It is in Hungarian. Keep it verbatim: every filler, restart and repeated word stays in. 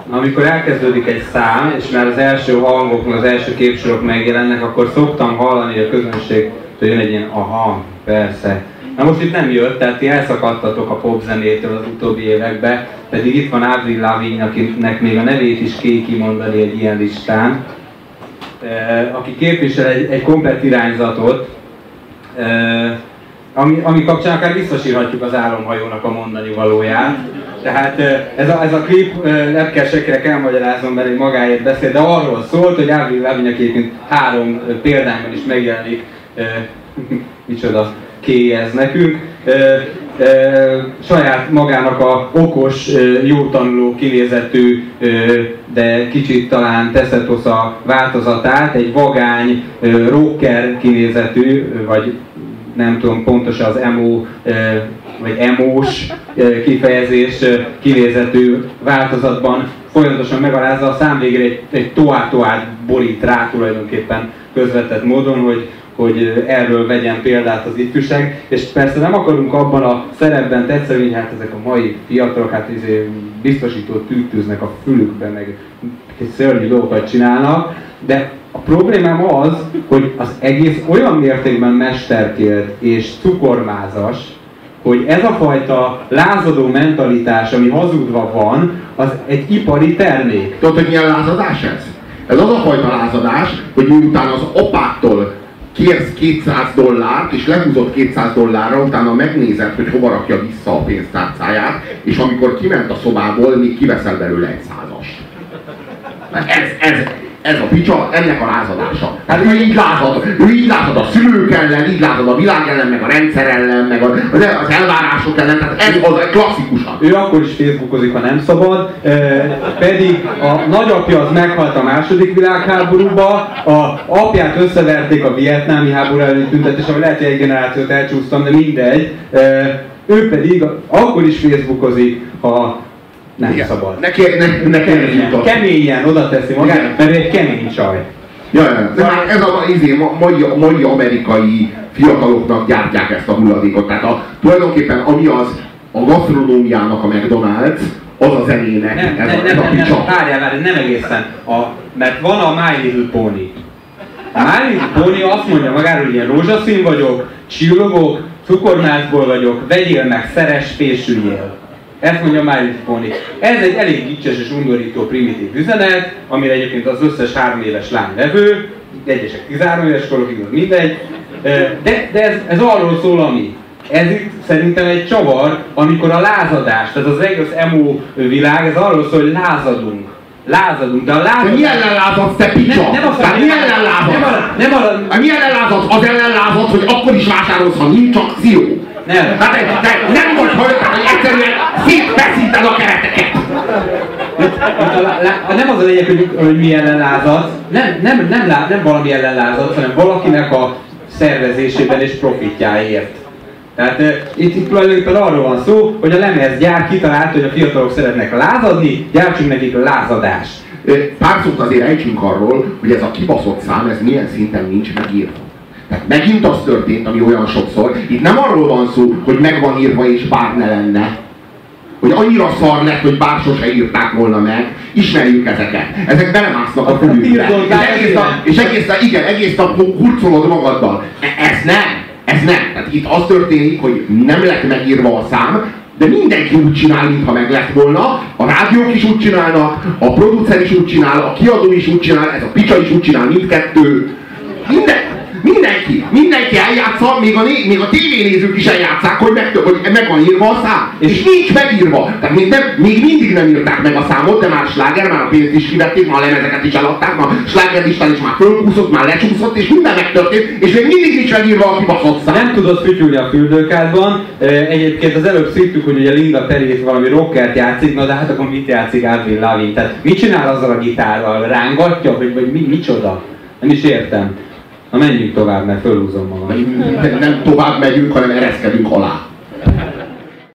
amikor elkezdődik egy szám, és már az első hangok, az első képsorok megjelennek, akkor szoktam hallani, hogy a közönségtől jön egy ilyen aha, persze. Na most itt nem jött, tehát ti elszakadtatok a popzenétől az utóbbi években, pedig itt van Avril Lavigne, akinek még a nevét is kéne kimondani egy ilyen listán, aki képvisel egy, egy komplett irányzatot, ami, ami kapcsán akár visszasírhatjuk az álomhajónak a mondani valóját. Tehát ez a, ez a klip, nem kell senkinek elmagyarázom, mert egy magáért beszél, de arról szólt, hogy Avril Lavigne egyébként három példányban is megjelenik, micsoda kéjez nekünk, saját magának a okos, jó tanuló kinézetű, de kicsit talán teszetosza változatát, egy vagány, rocker kinézetű, vagy nem tudom pontosan az emo, vagy emós kifejezés kinézetű változatban folyamatosan megalázza, a szám végére egy, egy toát-toát borít rá tulajdonképpen közvetett módon, hogy hogy erről vegyen példát az ifjúság, és persze nem akarunk abban a szerepben tetszeni, hogy hát ezek a mai fiatalok hát izé biztosítót tűtőznek a fülükbe, meg szörnyű dolgokat csinálnak, de a problémám az, hogy az egész olyan mértékben mesterkélt és cukormázas, hogy ez a fajta lázadó mentalitás, ami hazudva van, az egy ipari termék. Tudod, hogy milyen lázadás ez? Ez az a fajta lázadás, hogy miután az apától kérsz kétszáz dollárt, és lehúzott kétszáz dollárra, utána megnézed, hogy hova rakja vissza a pénztárcáját, és amikor kiment a szobából, még kiveszel belőle egy százast. Ez, ez, ez a picsa, ennek a lázadása. Hát ő így lázad, ő így lázad a szülők ellen, így lázad a világ ellen, meg a rendszer ellen, meg az elvárások ellen, tehát ez az klasszikusan. Ő akkor is Facebookozik, ha nem szabad, pedig a nagyapja az meghalt a második világháborúba, a apját összeverték a vietnámi háború elleni tüntetés, ami lehet, hogy egy generációt elcsúsztam, de mindegy. Ő pedig akkor is Facebookozik, ha nem igen. szabad. Neki, ne, neki keményen, keményen oda teszi magát, mert egy kemény csaj. Ja, ja. De már ez a izé, mai, mai amerikai fiataloknak gyártják ezt a hulladékot. Tehát a, tulajdonképpen ami az a gasztronómiának a McDonald's, az a zenének. Nem, ez nem, a, ez nem, a nem, nem, várjál, várjál, nem egészen. A, mert van a My Little Pony. A My Little Pony azt mondja magáról, hogy ilyen rózsaszín vagyok, csillogok, cukormászból vagyok, vegyél meg, szeress, fésüljél. Ezt mondja My Little Pony. Ez egy elég gicses és undorító primitív üzenet, amire egyébként az összes három éves lány vevő, egyesek tizenhárom éves korokig, mindegy. De, de ez, ez arról szól, ami. Ez itt szerintem egy csavar, amikor a lázadás, tehát az egész emo világ, ez arról szól, hogy lázadunk. Lázadunk, de a lázadás... Mi ellen lázadsz, te picsa? Nem, nem azt mondom, mi ellen lázadsz? Nem, nem, nem, nem, mi ellen lázadsz? Az ellen lázadsz, hogy akkor is vásárolsz, ha nincs akció. Nem. Hát te nem vagy hajtál, hogy egyszerűen szétfeszíted a kereteket. Nem az a lényeg, hogy, hogy mi ellen lázadsz, nem, nem, nem, lá, nem valami ellen lázadsz, hanem valakinek a szervezésében és profitjáért. Tehát uh, itt, itt tulajdonképpen arról van szó, hogy a lemezgyár kitalálta, hogy a fiatalok szeretnek lázadni, gyártsunk nekik lázadást. Pár szót azért ejtsünk arról, hogy ez a kibaszott szám, ez milyen szinten nincs megírva. Tehát megint az történt, ami olyan sokszor, itt nem arról van szó, hogy meg van írva és bár ne lenne. Hogy annyira szar lett, hogy bár sose írták volna meg, ismerjük ezeket. Ezek belemásznak a fülünkbe. És egész nap, és egész nap, igen, egész nap hurcolod magaddal. Ez nem, ez nem. Tehát itt az történik, hogy nem lett megírva a szám, de mindenki úgy csinál, mintha meg lett volna. A rádiók is úgy csinálnak, a producer is úgy csinál, a kiadó is úgy csinál, ez a picsa is úgy csinál, mindkettő. Minden. Mindenki, mindenki eljátsza, még a, még a tévénézők is eljátszák, hogy meg, hogy meg van írva a szám. És, és nincs megírva. Tehát még, nem, még mindig nem írták meg a számot, de már sláger, már a pénzt is kivették, már a lemezeket is eladták, már a slágerlistán is már fölkúszott, már lecsúszott, és minden megtörtént, és még mindig nincs megírva a kibaszott szám. Nem tudod fütyülni a fürdőkádban. Egyébként az előbb szívtük, hogy ugye Linda Perez valami rockert játszik, na de hát akkor mit játszik Avril Lavigne? Tehát mit csinál azzal a gitárral? Rángatja? Vagy, vagy mi, micsoda? Nem is értem. Na menjünk tovább, mert fölhúzom magam. Nem tovább megyünk, hanem ereszkedünk alá.